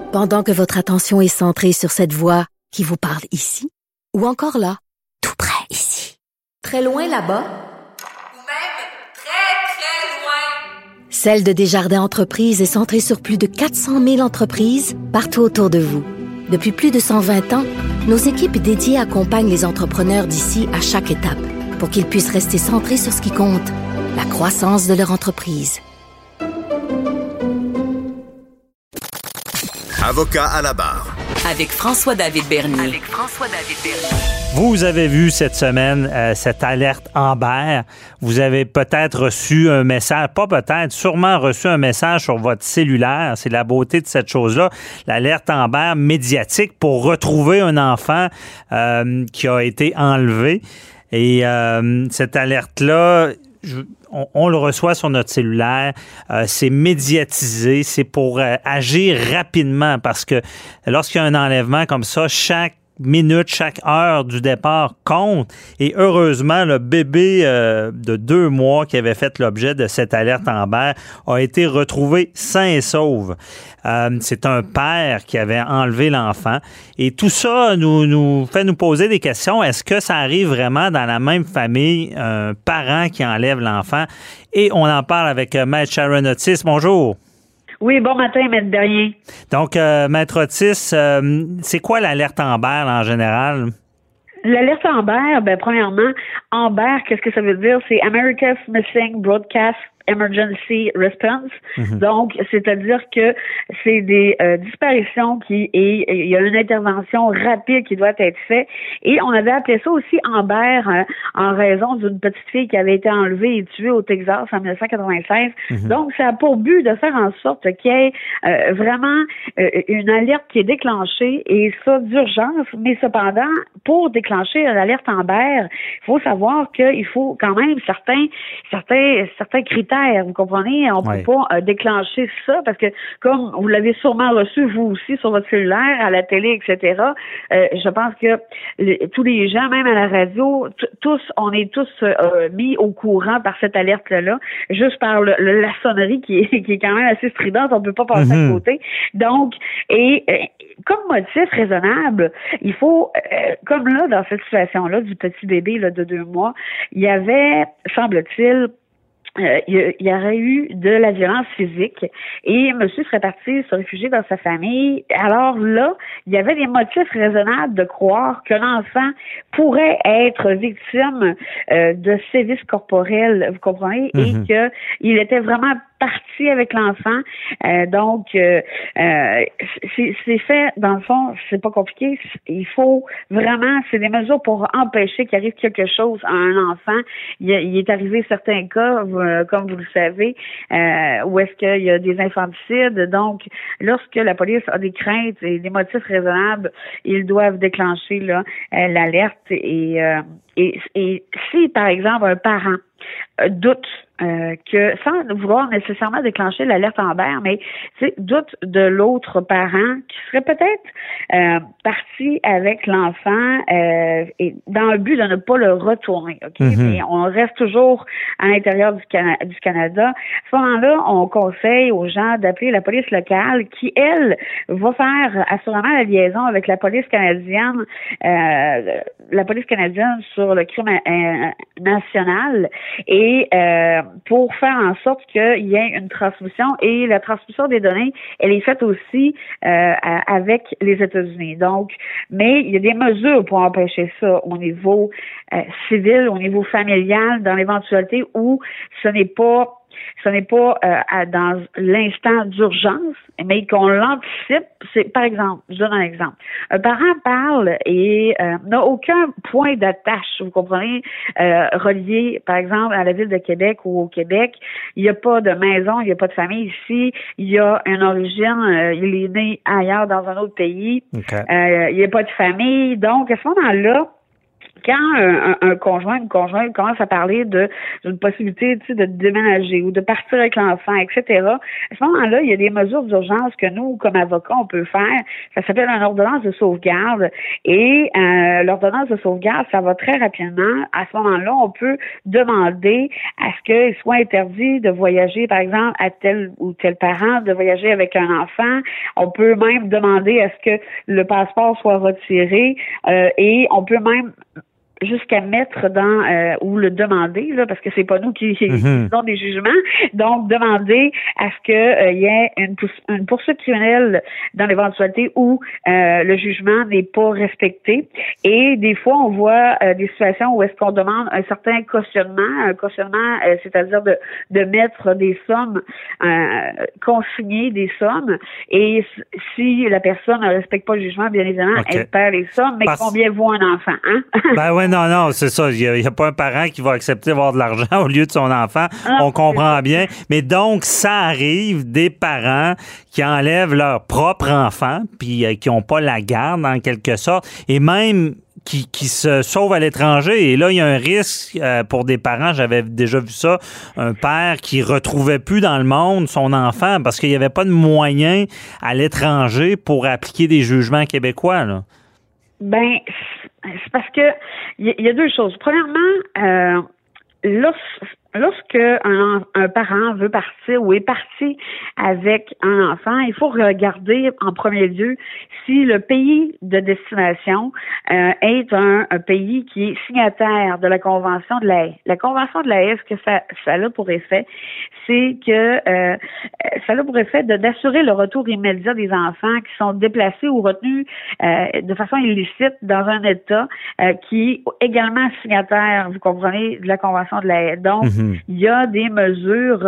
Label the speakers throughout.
Speaker 1: Pendant que votre attention est centrée sur cette voix qui vous parle ici, ou encore là, tout près ici, très loin là-bas,
Speaker 2: ou même très, très loin.
Speaker 1: Celle de Desjardins Entreprises est centrée sur plus de 400 000 entreprises partout autour de vous. Depuis plus de 120 ans, nos équipes dédiées accompagnent les entrepreneurs d'ici à chaque étape pour qu'ils puissent rester centrés sur ce qui compte, la croissance de leur entreprise.
Speaker 3: Avocat à la barre.
Speaker 4: Avec François-David Bernier.
Speaker 5: Vous avez vu cette semaine cette alerte Amber. Vous avez peut-être reçu un message, pas peut-être, sûrement reçu un message sur votre cellulaire. C'est la beauté de cette chose-là. L'alerte Amber médiatique pour retrouver un enfant qui a été enlevé. Et cette alerte-là, on le reçoit sur notre cellulaire, c'est médiatisé, c'est pour agir rapidement parce que lorsqu'il y a un enlèvement comme ça, chaque minute, chaque heure du départ compte. Et heureusement, le bébé de 2 mois qui avait fait l'objet de cette alerte Amber a été retrouvé sain et sauf. C'est un père qui avait enlevé l'enfant. Et tout ça nous fait nous poser des questions. Est-ce que ça arrive vraiment dans la même famille, un parent qui enlève l'enfant? Et on en parle avec Maître Sharon Otis. Bonjour.
Speaker 6: Oui, bon matin, Maître Bernier.
Speaker 5: Donc, Maître Otis, c'est quoi l'alerte Amber en général?
Speaker 6: L'alerte Amber, premièrement, Amber, qu'est-ce que ça veut dire? C'est America's Missing Broadcast Emergency Response. Mm-hmm. Donc, c'est-à-dire que c'est des disparitions et il y a une intervention rapide qui doit être faite. Et on avait appelé ça aussi Amber en raison d'une petite fille qui avait été enlevée et tuée au Texas en 1996. Mm-hmm. Donc, ça a pour but de faire en sorte qu'il y ait vraiment une alerte qui est déclenchée et ça d'urgence. Mais cependant, pour déclencher l'alerte Amber, il faut savoir qu'il faut quand même certains critères. Vous comprenez? On ne peut pas déclencher ça parce que, comme vous l'avez sûrement reçu, vous aussi, sur votre cellulaire, à la télé, etc., je pense que tous les gens, même à la radio, on est tous mis au courant par cette alerte-là, juste par la sonnerie qui est quand même assez stridente, on ne peut pas passer à côté. Donc, comme motif raisonnable, il faut, comme là, dans cette situation-là, du petit bébé là, de 2 mois, il y avait, semble-t-il, il y aurait eu de la violence physique et monsieur serait parti se réfugier dans sa famille. Alors là, il y avait des motifs raisonnables de croire que l'enfant pourrait être victime de sévices corporels, vous comprenez, et qu'il était vraiment parti avec l'enfant. Donc, c'est fait, dans le fond, c'est pas compliqué. Il faut vraiment, c'est des mesures pour empêcher qu'il arrive quelque chose à un enfant. Il est arrivé certains cas, comme vous le savez, où est-ce qu'il y a des infanticides. Donc, lorsque la police a des craintes et des motifs raisonnables, ils doivent déclencher là l'alerte. Et si, par exemple, un parent doute que, sans vouloir nécessairement déclencher l'alerte Amber, mais doute de l'autre parent qui serait peut-être parti avec l'enfant et dans le but de ne pas le retourner. Ok, mais on reste toujours à l'intérieur du Canada. À ce moment-là, on conseille aux gens d'appeler la police locale qui, elle, va faire assurément la liaison avec la police canadienne sur le crime national et pour faire en sorte qu'il y ait une transmission et la transmission des données, elle est faite aussi avec les États-Unis. Donc, mais il y a des mesures pour empêcher ça au niveau civil, au niveau familial, dans l'éventualité où ce n'est pas dans l'instant d'urgence, mais qu'on l'anticipe. C'est, par exemple, je donne un exemple. Un parent parle et n'a aucun point d'attache, vous comprenez, relié, par exemple, à la ville de Québec ou au Québec. Il n'y a pas de maison, il n'y a pas de famille ici. Il y a une origine, il est né ailleurs dans un autre pays. Okay. Il n'y a pas de famille. Donc, à ce moment-là, quand un conjoint, une conjointe commence à parler d'une possibilité, de déménager ou de partir avec l'enfant, etc., à ce moment-là, il y a des mesures d'urgence que nous, comme avocats, on peut faire. Ça s'appelle une ordonnance de sauvegarde. Et l'ordonnance de sauvegarde, ça va très rapidement. À ce moment-là, on peut demander à ce qu'il soit interdit de voyager, par exemple, à tel ou tel parent, de voyager avec un enfant. On peut même demander à ce que le passeport soit retiré et on peut même jusqu'à mettre dans ou le demander là, parce que c'est pas nous qui faisons des jugements, donc demander à ce que y ait une poursuite criminelle dans l'éventualité où le jugement n'est pas respecté. Et des fois on voit des situations où est-ce qu'on demande un certain cautionnement, c'est-à-dire de mettre des sommes, consigner des sommes, et si la personne ne respecte pas le jugement, bien évidemment, elle perd les sommes, mais combien vaut un enfant, hein?
Speaker 5: Ben ouais, non, c'est ça. Il y a pas un parent qui va accepter d'avoir de l'argent au lieu de son enfant. On comprend bien. Mais donc, ça arrive des parents qui enlèvent leur propre enfant puis qui n'ont pas la garde, en quelque sorte, et même qui se sauvent à l'étranger. Et là, il y a un risque pour des parents, j'avais déjà vu ça, un père qui retrouvait plus dans le monde son enfant parce qu'il n'y avait pas de moyens à l'étranger pour appliquer des jugements québécois, là.
Speaker 6: Ben, c'est parce que il y a deux choses. Premièrement, lorsque un parent veut partir ou est parti avec un enfant, il faut regarder en premier lieu si le pays de destination est un pays qui est signataire de la Convention de la Haye. La Convention de la Haye, ce que ça a pour effet, c'est que ça a pour effet d'assurer le retour immédiat des enfants qui sont déplacés ou retenus de façon illicite dans un État qui est également signataire, vous comprenez, de la Convention de la Haye. Donc, il y a des mesures,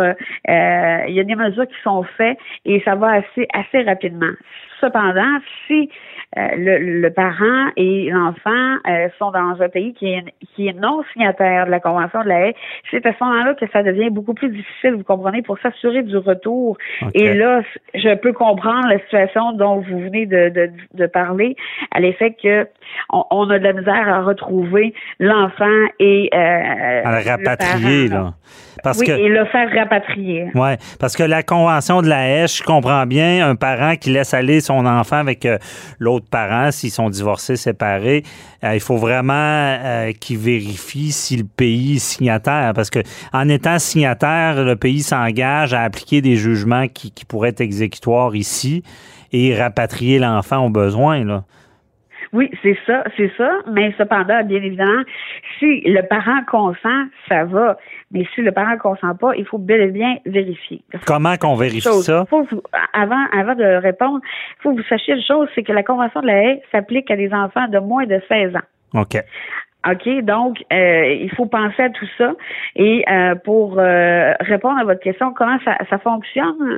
Speaker 6: qui sont faites et ça va assez rapidement. Cependant, si le parent et l'enfant sont dans un pays qui est non signataire de la Convention de la Haye, c'est à ce moment-là que ça devient beaucoup plus difficile, vous comprenez, pour s'assurer du retour. Okay. Et là, je peux comprendre la situation dont vous venez de parler, à l'effet que on a de la misère à retrouver l'enfant et
Speaker 5: à le rapatrier, là.
Speaker 6: Et le faire rapatrier.
Speaker 5: Oui, parce que la Convention de la Haye, je comprends bien, un parent qui laisse aller son enfant avec l'autre parent, s'ils sont divorcés, séparés, il faut vraiment qu'il vérifie si le pays est signataire, parce que en étant signataire, le pays s'engage à appliquer des jugements qui pourraient être exécutoires ici et rapatrier l'enfant au besoin, là.
Speaker 6: Oui, c'est ça, mais cependant, bien évidemment, si le parent consent, ça va, mais si le parent consent pas, il faut bel et bien vérifier.
Speaker 5: Comment qu'on vérifie ça?
Speaker 6: Avant de répondre, il faut que vous sachiez une chose, c'est que la Convention de la Haye s'applique à des enfants de moins de 16 ans.
Speaker 5: OK.
Speaker 6: OK, donc il faut penser à tout ça. Et pour répondre à votre question, comment ça fonctionne,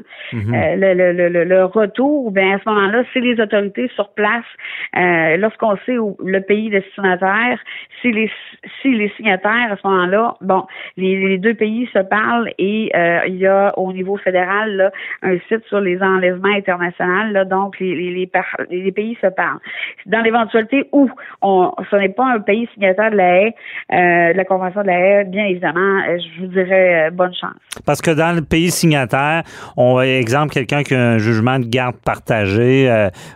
Speaker 6: le retour, bien à ce moment-là, c'est les autorités sur place, lorsqu'on sait où le pays destinataire, si les signataires, à ce moment-là, bon, les deux pays se parlent et il y a au niveau fédéral là, un site sur les enlèvements internationaux, là, donc les pays se parlent. Dans l'éventualité où ce n'est pas un pays signataire de la Haye, de la Convention de la Haye, bien évidemment, je vous dirais bonne chance.
Speaker 5: Parce que dans le pays signataire, exemple, quelqu'un qui a un jugement de garde partagé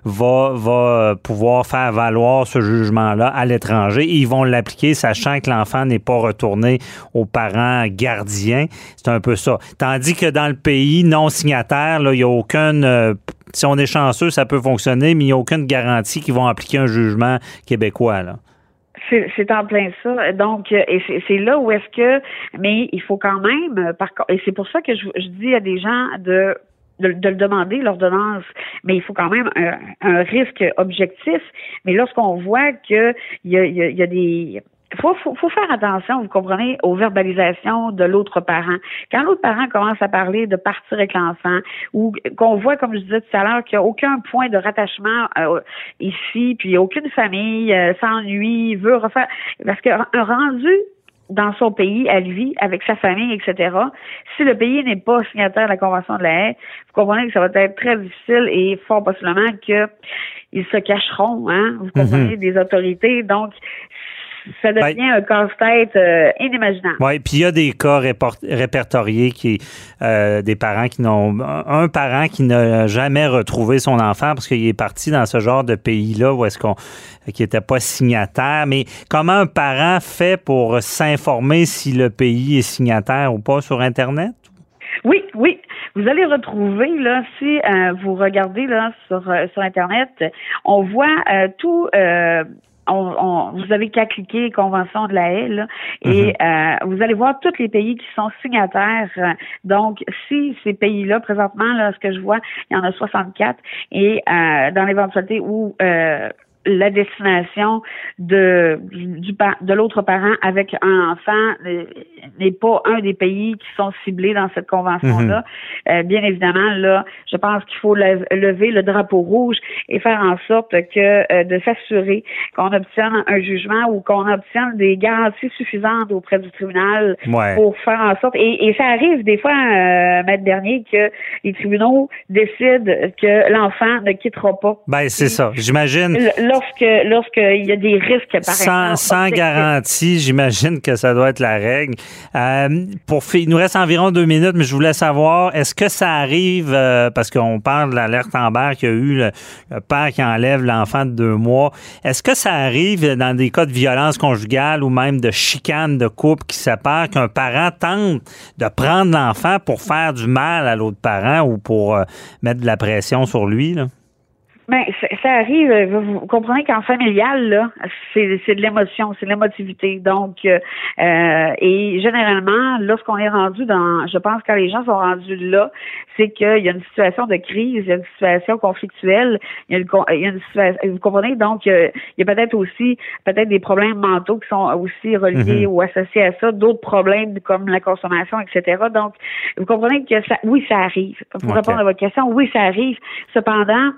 Speaker 5: va pouvoir faire valoir ce jugement-là à l'étranger et ils vont l'appliquer sachant que l'enfant n'est pas retourné aux parents gardiens. C'est un peu ça. Tandis que dans le pays non signataire, là, il n'y a aucune... si on est chanceux, ça peut fonctionner, mais il n'y a aucune garantie qu'ils vont appliquer un jugement québécois, là.
Speaker 6: C'est en plein ça. Donc, et c'est là où est-ce que, mais il faut quand même, et c'est pour ça que je dis à des gens de le demander, l'ordonnance, mais il faut quand même un risque objectif. Mais lorsqu'on voit que il y a des... Faut faire attention, vous comprenez, aux verbalisations de l'autre parent. Quand l'autre parent commence à parler de partir avec l'enfant, ou qu'on voit, comme je disais tout à l'heure, qu'il n'y a aucun point de rattachement ici, puis aucune famille s'ennuie, veut refaire... Parce que rendu dans son pays, à lui, avec sa famille, etc., si le pays n'est pas signataire de la Convention de la Haye, vous comprenez que ça va être très difficile et fort possiblement qu'ils se cacheront, hein, vous comprenez, des autorités. Donc, ça devient un casse-tête inimaginable.
Speaker 5: Oui, puis il y a des cas répertoriés des parents qui n'ont... Un parent qui n'a jamais retrouvé son enfant parce qu'il est parti dans ce genre de pays-là où est-ce qui n'était pas signataire. Mais comment un parent fait pour s'informer si le pays est signataire ou pas sur Internet?
Speaker 6: Oui. Vous allez retrouver, là, si vous regardez là sur Internet, on voit tout... vous avez qu'à cliquer Convention de la Haye, là, et vous allez voir tous les pays qui sont signataires. Donc, si ces pays-là, présentement, là, ce que je vois, il y en a 64, et dans l'éventualité où la destination de l'autre parent avec un enfant n'est pas un des pays qui sont ciblés dans cette convention-là. Bien évidemment, là, je pense qu'il faut lever le drapeau rouge et faire en sorte que de s'assurer qu'on obtienne un jugement ou qu'on obtienne des garanties suffisantes auprès du tribunal pour faire en sorte. Et ça arrive des fois, Maître Bernier, que les tribunaux décident que l'enfant ne quittera pas.
Speaker 5: Ben, c'est ça. J'imagine.
Speaker 6: Lorsqu'il y a des risques, par exemple.
Speaker 5: Sans garantie, j'imagine que ça doit être la règle. Il nous reste environ 2 minutes, mais je voulais savoir, est-ce que ça arrive, parce qu'on parle de l'alerte Amber qu'il y a eu, le père qui enlève l'enfant de 2 mois, est-ce que ça arrive dans des cas de violence conjugale ou même de chicane de couple qui séparent, qu'un parent tente de prendre l'enfant pour faire du mal à l'autre parent ou pour mettre de la pression sur lui, là?
Speaker 6: Ben, ça arrive. Vous comprenez qu'en familial, là, c'est de l'émotion, c'est de l'émotivité. Donc, et généralement, lorsqu'on est rendu je pense quand les gens sont rendus là, c'est qu'il y a une situation de crise, il y a une situation conflictuelle, il y a une situation. Vous comprenez? Donc, il y a peut-être des problèmes mentaux qui sont aussi reliés ou associés à ça, d'autres problèmes comme la consommation, etc. Donc, vous comprenez que ça arrive. Pour répondre à votre question, oui, ça arrive. Cependant,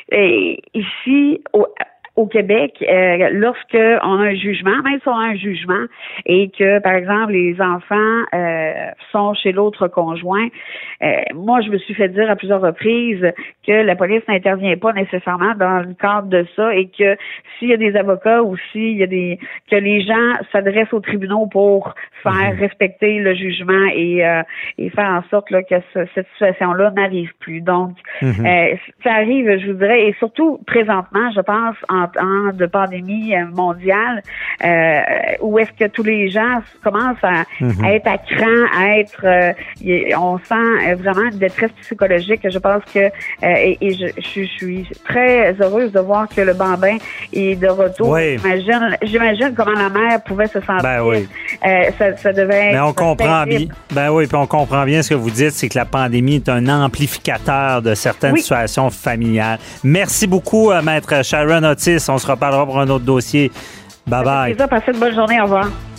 Speaker 6: ici, au Québec, lorsque on a un jugement, même si on a un jugement, et que, par exemple, les enfants sont chez l'autre conjoint, moi, je me suis fait dire à plusieurs reprises que la police n'intervient pas nécessairement dans le cadre de ça et que s'il y a des avocats ou que les gens s'adressent aux tribunaux pour faire respecter le jugement et faire en sorte là, que cette situation-là n'arrive plus. Donc, ça arrive, je vous dirais, et surtout présentement, je pense, en temps de pandémie mondiale, où est-ce que tous les gens commencent à être à cran, on sent vraiment une détresse psychologique. Je pense que je suis très heureuse de voir que le bambin est de retour.
Speaker 5: Oui.
Speaker 6: J'imagine comment la mère pouvait se sentir.
Speaker 5: Ben oui.
Speaker 6: Ça devait être.
Speaker 5: Mais on comprend bien. Ben oui, puis on comprend bien ce que vous dites, c'est que la pandémie est un amplificateur de certaines situations familiales. Merci beaucoup, Maître Sharon Otis. On se reparlera pour un autre dossier. Bye bye.
Speaker 6: Passez une bonne journée. Au revoir.